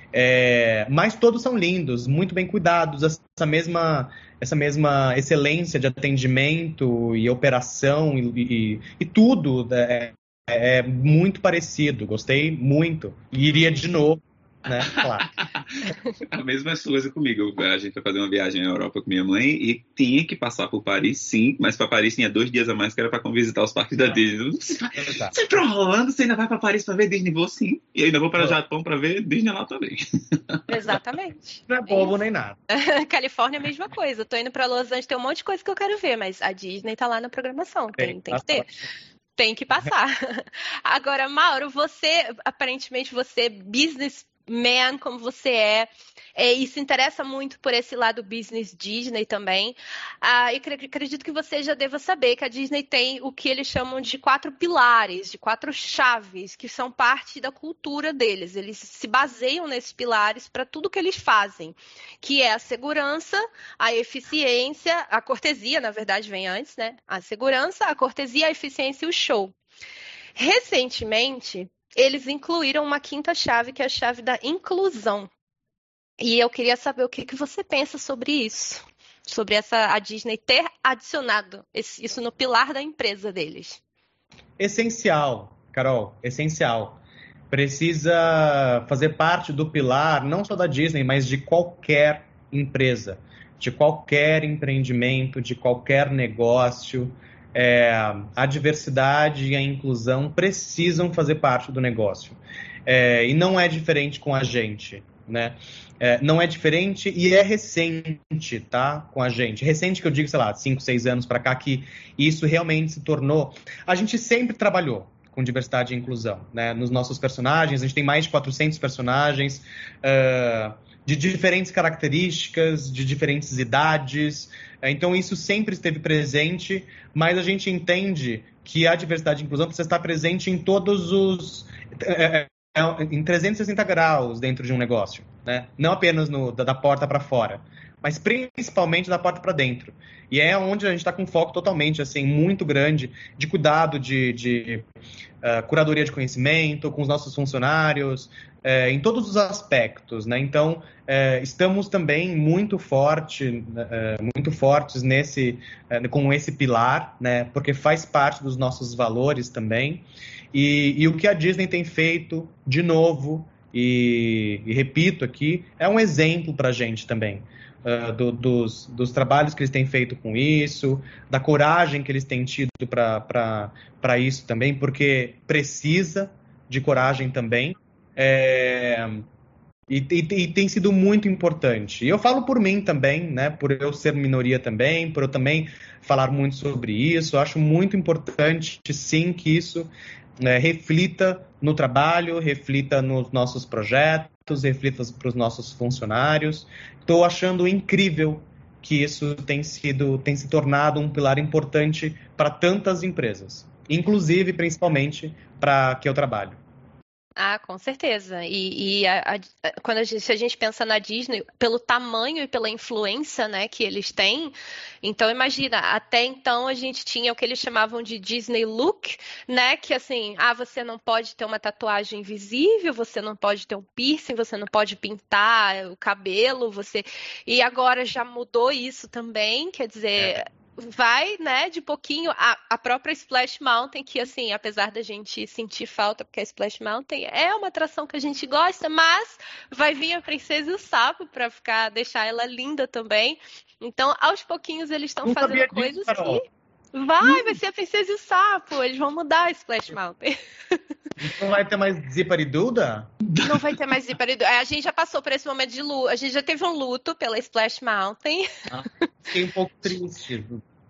Mas todos são lindos, muito bem cuidados, essa mesma excelência de atendimento e operação e tudo é muito parecido, gostei muito e iria de novo, né? Claro. A mesma coisa comigo. A gente foi fazer uma viagem à Europa com minha mãe e tinha que passar por Paris, sim, mas para Paris tinha 2 dias a mais que era para visitar os parques da Disney. Você tá rolando, você ainda vai para Paris para ver Disney? Vou sim. E ainda vou para o Japão para ver Disney lá também. Exatamente. Não é bobo nem nada. Califórnia é a mesma coisa. Eu tô indo para Los Angeles, tem um monte de coisa que eu quero ver, mas a Disney tá lá na programação. Tem que ter. Tem que passar. Agora, Mauro, aparentemente, businessman como você e se interessa muito por esse lado business Disney também. E acredito que você já deva saber que a Disney tem o que eles chamam de 4 pilares, de 4 chaves, que são parte da cultura deles. Eles se baseiam nesses pilares para tudo que eles fazem, que é a segurança, a eficiência, a cortesia, na verdade, vem antes, né? A segurança, a cortesia, a eficiência e o show. Recentemente, eles incluíram uma 5ª chave, que é a chave da inclusão. E eu queria saber o que você pensa sobre isso. Sobre a Disney ter adicionado isso no pilar da empresa deles. Essencial, Carol, essencial. Precisa fazer parte do pilar, não só da Disney, mas de qualquer empresa, de qualquer empreendimento, de qualquer negócio. A diversidade e a inclusão precisam fazer parte do negócio. E não é diferente com a gente. né? Não é diferente e é recente, tá? Com a gente. Recente que eu digo, sei lá, 5, 6 anos para cá, que isso realmente se tornou... A gente sempre trabalhou com diversidade e inclusão, né? Nos nossos personagens, a gente tem mais de 400 personagens, de diferentes características, de diferentes idades. Então, isso sempre esteve presente, mas a gente entende que a diversidade e inclusão precisa estar presente em todos os... em 360 graus dentro de um negócio, né? Não apenas da porta para fora, mas principalmente da porta para dentro. E é onde a gente está com foco totalmente, assim, muito grande de cuidado, de curadoria de conhecimento com os nossos funcionários, em todos os aspectos, né? Então, estamos também muito fortes com esse pilar, né? Porque faz parte dos nossos valores também. E o que a Disney tem feito, de novo, e repito aqui, é um exemplo para a gente também. Dos trabalhos que eles têm feito com isso, da coragem que eles têm tido para isso também, porque precisa de coragem também. E tem sido muito importante. E eu falo por mim também, né? Por eu ser minoria também, por eu também falar muito sobre isso. Eu acho muito importante, sim, que isso reflita no trabalho, reflita nos nossos projetos, reflita para os nossos funcionários. Estou achando incrível que isso tem se tornado um pilar importante para tantas empresas, inclusive, principalmente, para que eu trabalho. Ah, com certeza. Quando a gente pensa na Disney, pelo tamanho e pela influência, né, que eles têm, então imagina, até então a gente tinha o que eles chamavam de Disney Look, né, que assim, você não pode ter uma tatuagem invisível, você não pode ter um piercing, você não pode pintar o cabelo, e agora já mudou isso também, quer dizer... Vai, né, de pouquinho, a própria Splash Mountain, que assim, apesar da gente sentir falta, porque a Splash Mountain é uma atração que a gente gosta, mas vai vir a Princesa e o Sapo para deixar ela linda também. Então, aos pouquinhos eles estão fazendo coisas que... Vai ser a Princesa e o Sapo, eles vão mudar a Splash Mountain. Não vai ter mais Zipariduda? Não vai ter mais Zipariduda. A gente já passou por esse momento de luto. A gente já teve um luto pela Splash Mountain. Fiquei um pouco triste.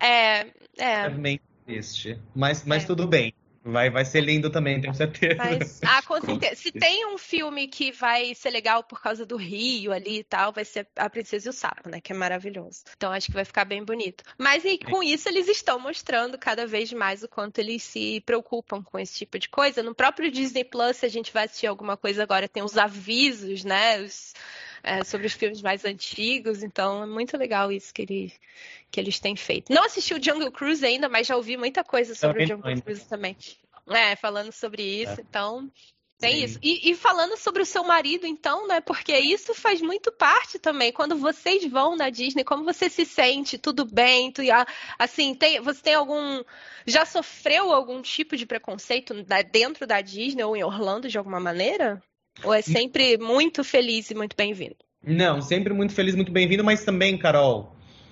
Realmente triste. Mas tudo bem. Vai ser lindo também, tenho certeza. Com certeza. Se tem um filme que vai ser legal por causa do Rio ali e tal, vai ser A Princesa e o Sapo, né? Que é maravilhoso. Então acho que vai ficar bem bonito. Mas com isso eles estão mostrando cada vez mais o quanto eles se preocupam com esse tipo de coisa. No próprio Disney Plus, se a gente vai assistir alguma coisa agora, tem os avisos, né? Sobre os filmes mais antigos. Então é muito legal isso que eles têm feito. Não assisti o Jungle Cruise ainda, mas já ouvi muita coisa sobre o Jungle Cruise também. Falando sobre isso, então tem isso. E falando sobre o seu marido, então, né? Porque isso faz muito parte também. Quando vocês vão na Disney, como você se sente? Tudo bem? Assim, você tem já sofreu algum tipo de preconceito dentro da Disney ou em Orlando de alguma maneira? Ou é sempre muito feliz e muito bem-vindo? Não, sempre muito feliz, muito bem-vindo, mas também, Carol,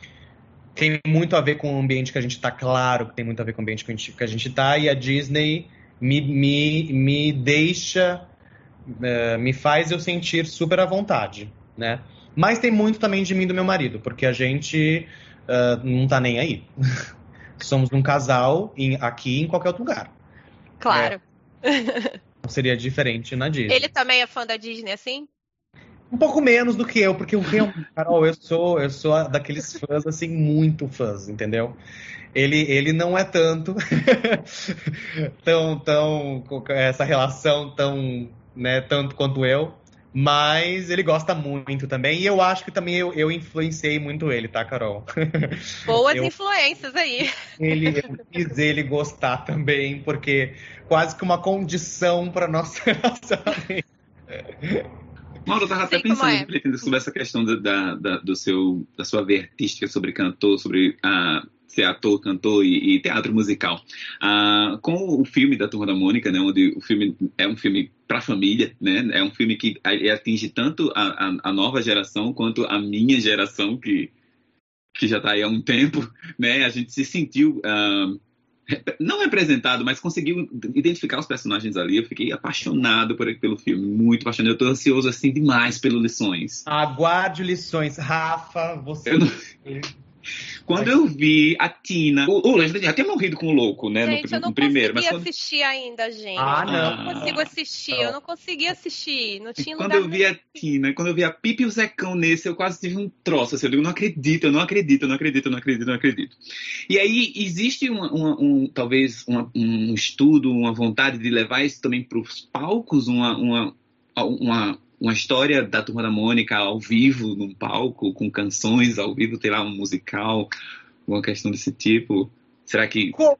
tem muito a ver com o ambiente que a gente tá, claro que tem muito a ver com o ambiente que a gente tá, e a Disney me deixa, me faz eu sentir super à vontade, né? Mas tem muito também de mim e do meu marido, porque a gente não tá nem aí. Somos um casal aqui em qualquer outro lugar. Claro. Seria diferente na Disney. Ele também é fã da Disney, assim? Um pouco menos do que eu, porque Carol, eu sou daqueles fãs, assim, muito fãs, entendeu? Ele não é tanto, essa relação tão, né, tanto quanto eu, mas ele gosta muito também, e eu acho que também eu influenciei muito ele, tá, Carol? Boas influências aí. Eu fiz ele gostar também, porque quase que uma condição para nosso relacionamento. Mauro, eu estava até pensando sobre essa questão da sua veia artística, sobre cantor, sobre ser ator, cantor e teatro musical. Com o filme da Turma da Mônica, né, onde o filme é um filme para a família, né, é um filme que atinge tanto a nova geração quanto a minha geração, que já está aí há um tempo, né, a gente se sentiu não representado, mas conseguiu identificar os personagens ali. Eu fiquei apaixonado pelo filme, muito apaixonado. Eu tô ansioso, assim, demais pelas Lições. Aguarde Lições. Rafa, você... Quando eu vi a Tina... O Lance já tinha morrido com o louco, né? Gente, eu não consegui assistir ainda, gente. Eu não consigo assistir. Eu não consegui assistir. Não tinha lugar. Quando eu vi a Tina, quando eu vi a Pipi e o Zecão nesse, eu quase tive um troço. Assim, eu digo, não acredito. E aí, existe talvez um estudo, uma vontade de levar isso também para os palcos, uma história da Turma da Mônica ao vivo, num palco, com canções ao vivo, ter lá um musical, uma questão desse tipo. Será que... Com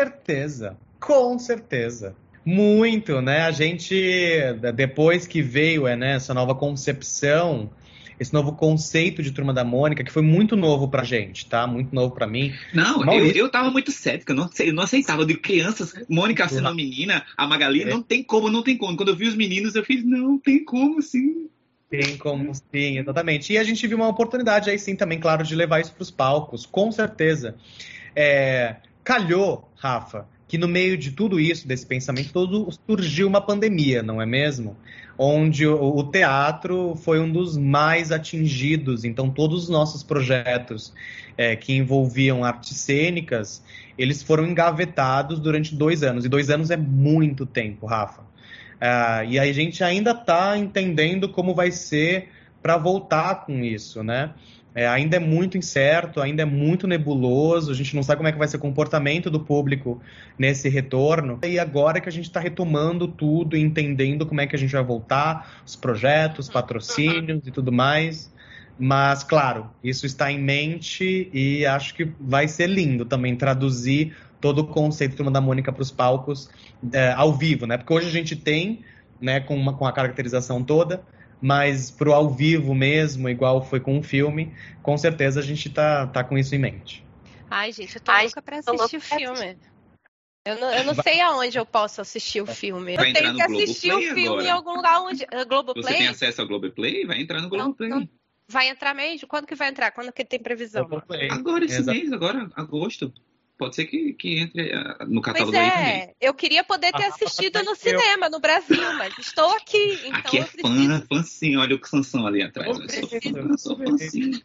certeza. Muito, né? A gente, depois que veio essa nova concepção, esse novo conceito de Turma da Mônica, que foi muito novo pra gente, tá? Muito novo pra mim. Não, eu tava muito cética, eu não aceitava. De crianças, Mônica sendo menina, a Magali, não tem como. Quando eu vi os meninos, eu fiz, não tem como, sim. Tem como, sim, exatamente. E a gente viu uma oportunidade aí, sim, também, claro, de levar isso pros palcos, com certeza. Calhou, Rafa, que no meio de tudo isso, desse pensamento todo, surgiu uma pandemia, não é mesmo? Onde o teatro foi um dos mais atingidos. Então, todos os nossos projetos que envolviam artes cênicas, eles foram engavetados durante 2 anos. E 2 anos é muito tempo, Rafa. E aí a gente ainda está entendendo como vai ser para voltar com isso, né? Ainda é muito incerto, ainda é muito nebuloso, a gente não sabe como é que vai ser o comportamento do público nesse retorno. E agora que a gente está retomando tudo, entendendo como é que a gente vai voltar, os projetos, patrocínios e tudo mais. Mas, claro, isso está em mente e acho que vai ser lindo também traduzir todo o conceito de Turma da Mônica para os palcos ao vivo, né? Porque hoje a gente tem, né, com a caracterização toda, mas pro ao vivo mesmo, igual foi com o filme, com certeza a gente tá com isso em mente. Ai, gente, eu tô louca pra assistir o filme. Eu não sei aonde eu posso assistir o filme. Eu tenho que assistir o filme agora. Em algum lugar onde... Globoplay? Você tem acesso ao Globoplay? Vai entrar no Globoplay. Não. Vai entrar mesmo? Quando que vai entrar? Quando que tem previsão? Agora, esse mês, agosto. Pode ser que entre no catálogo aí também. Eu queria poder ter assistido no cinema, no Brasil, mas estou aqui. Então aqui é fã sim. Olha o Sansão ali atrás. Eu sou fã sim.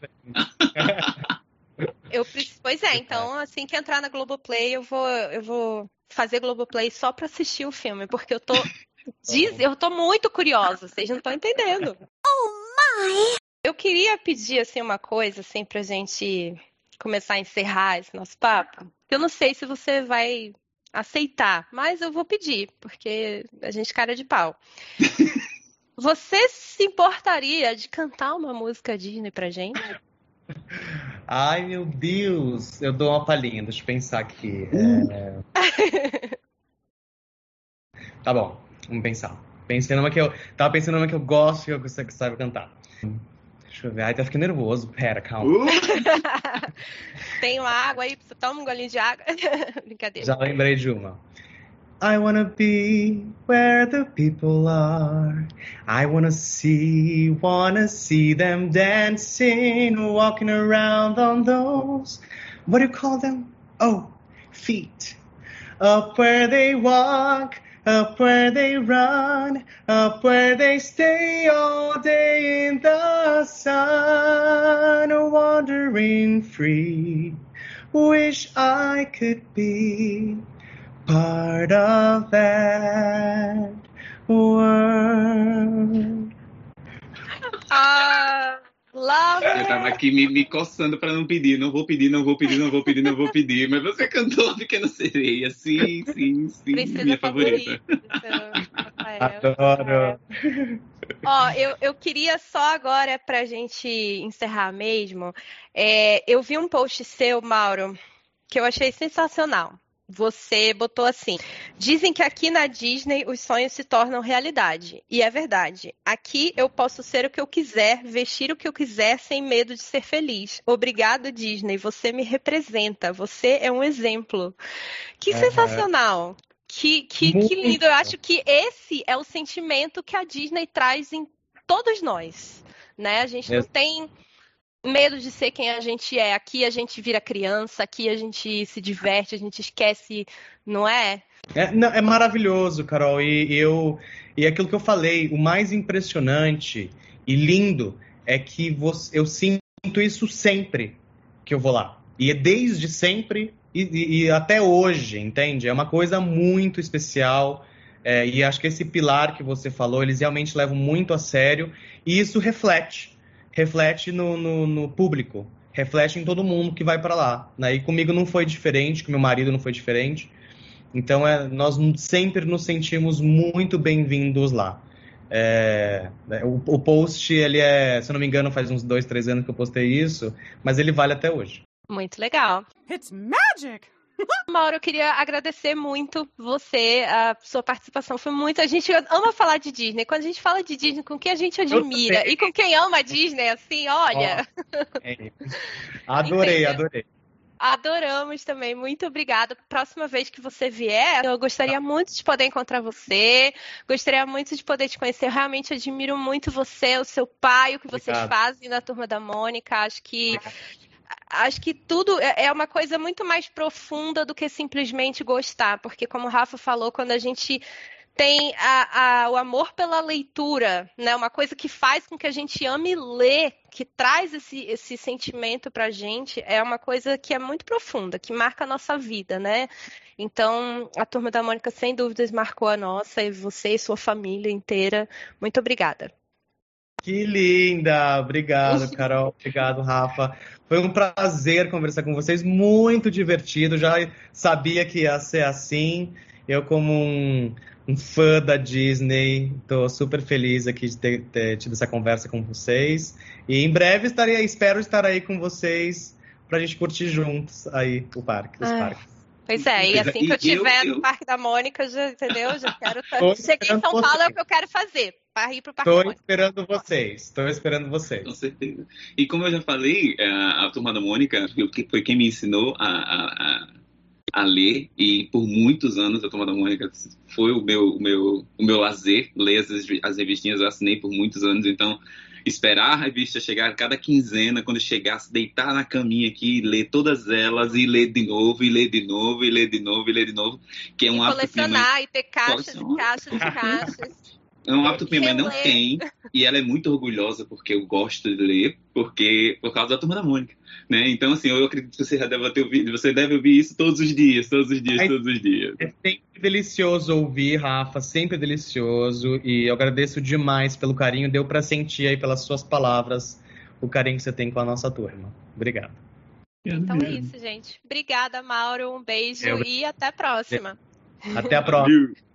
Pois é, então assim que entrar na Globoplay, eu vou fazer Globoplay só para assistir o filme, porque eu tô muito curiosa, vocês não estão entendendo. Oh my! Eu queria pedir assim uma coisa assim pra gente começar a encerrar esse nosso papo. Eu não sei se você vai aceitar, mas eu vou pedir, porque a gente cara de pau. Você se importaria de cantar uma música Disney pra gente? Ai, meu Deus! Eu dou uma palhinha, deixa eu pensar aqui. Tá bom, vamos pensar. Tava pensando numa que eu gosto, que você sabe cantar. Deixa eu ver. Ai, tá ficando nervoso. Pera, calma. Tem uma água aí, você toma um golinho de água. Brincadeira. Já lembrei de uma. I wanna be where the people are. I wanna see them dancing, walking around on those, what do you call them? Oh, feet. Up where they walk, up where they run, up where they stay all day in the sun, wandering free. Wish I could be part of that world. Love. Eu tava aqui me coçando pra não pedir. Não vou pedir. Mas você cantou Pequena Sereia. Sim. Princesa minha favorita. Adoro. Ó, eu queria só agora pra gente encerrar mesmo. Eu vi um post seu, Mauro, que eu achei sensacional. Você botou assim: dizem que aqui na Disney os sonhos se tornam realidade. E é verdade. Aqui eu posso ser o que eu quiser, vestir o que eu quiser sem medo de ser feliz. Obrigada, Disney. Você me representa. Você é um exemplo. Que sensacional. Que lindo. Eu acho que esse é o sentimento que a Disney traz em todos nós, né? A gente não tem medo de ser quem a gente é. Aqui a gente vira criança, aqui a gente se diverte, a gente esquece, não é? É maravilhoso, Carol. E aquilo que eu falei, o mais impressionante e lindo é que eu sinto isso sempre que eu vou lá. E é desde sempre e até hoje, entende? É uma coisa muito especial. E acho que esse pilar que você falou, eles realmente levam muito a sério. E isso reflete no público, reflete em todo mundo que vai para lá, né? E comigo não foi diferente, com meu marido não foi diferente. Então, nós sempre nos sentimos muito bem-vindos lá. O post, ele se eu não me engano, faz uns 2, 3 anos que eu postei isso, mas ele vale até hoje. Muito legal. It's magic! Mauro, eu queria agradecer muito você, a sua participação foi muito... A gente ama falar de Disney. Quando a gente fala de Disney, com quem a gente admira e com quem ama a Disney, assim, olha... Adorei. Adoramos também, muito obrigada. Próxima vez que você vier, eu gostaria muito de poder encontrar você, gostaria muito de poder te conhecer. Eu realmente admiro muito você, o seu pai, o que vocês fazem na Turma da Mônica. Acho que tudo é uma coisa muito mais profunda do que simplesmente gostar, porque como o Rafa falou, quando a gente tem o amor pela leitura, né? Uma coisa que faz com que a gente ame ler, que traz esse sentimento pra gente, é uma coisa que é muito profunda, que marca a nossa vida, né? Então, a Turma da Mônica, sem dúvidas, marcou a nossa, e você e sua família inteira. Muito obrigada. Que linda! Obrigado, Carol. Obrigado, Rafa. Foi um prazer conversar com vocês, muito divertido. Já sabia que ia ser assim. Eu, como um fã da Disney, estou super feliz aqui de ter tido essa conversa com vocês. E em breve espero estar aí com vocês para a gente curtir juntos aí os parques. Pois é, e assim que eu estiver no Parque da Mônica, já, entendeu? Já quero cheguei em São Paulo, é o que eu quero fazer, para ir para o Parque da Mônica. Estou esperando vocês. Com certeza. E como eu já falei, a Turma da Mônica foi quem me ensinou a ler, e por muitos anos a Turma da Mônica foi o meu lazer, ler as revistinhas. Eu assinei por muitos anos, então esperar a revista chegar cada quinzena, quando chegasse, deitar na caminha aqui, ler todas elas e ler de novo, e ler de novo, e ler de novo, e ler de novo, que é um hábito que minha mãe... colecionar, e ter caixas e caixas e caixas. É um hábito que minha mãe não tem, e ela é muito orgulhosa porque eu gosto de ler, por causa da Turma da Mônica, né? Então, assim, eu acredito que você já deve ter ouvido, você deve ouvir isso todos os dias. É sempre delicioso ouvir, Rafa, sempre delicioso, e eu agradeço demais pelo carinho, deu para sentir aí pelas suas palavras o carinho que você tem com a nossa turma. Obrigado. Então é isso, gente. Obrigada, Mauro, um beijo e até a próxima. Até a próxima.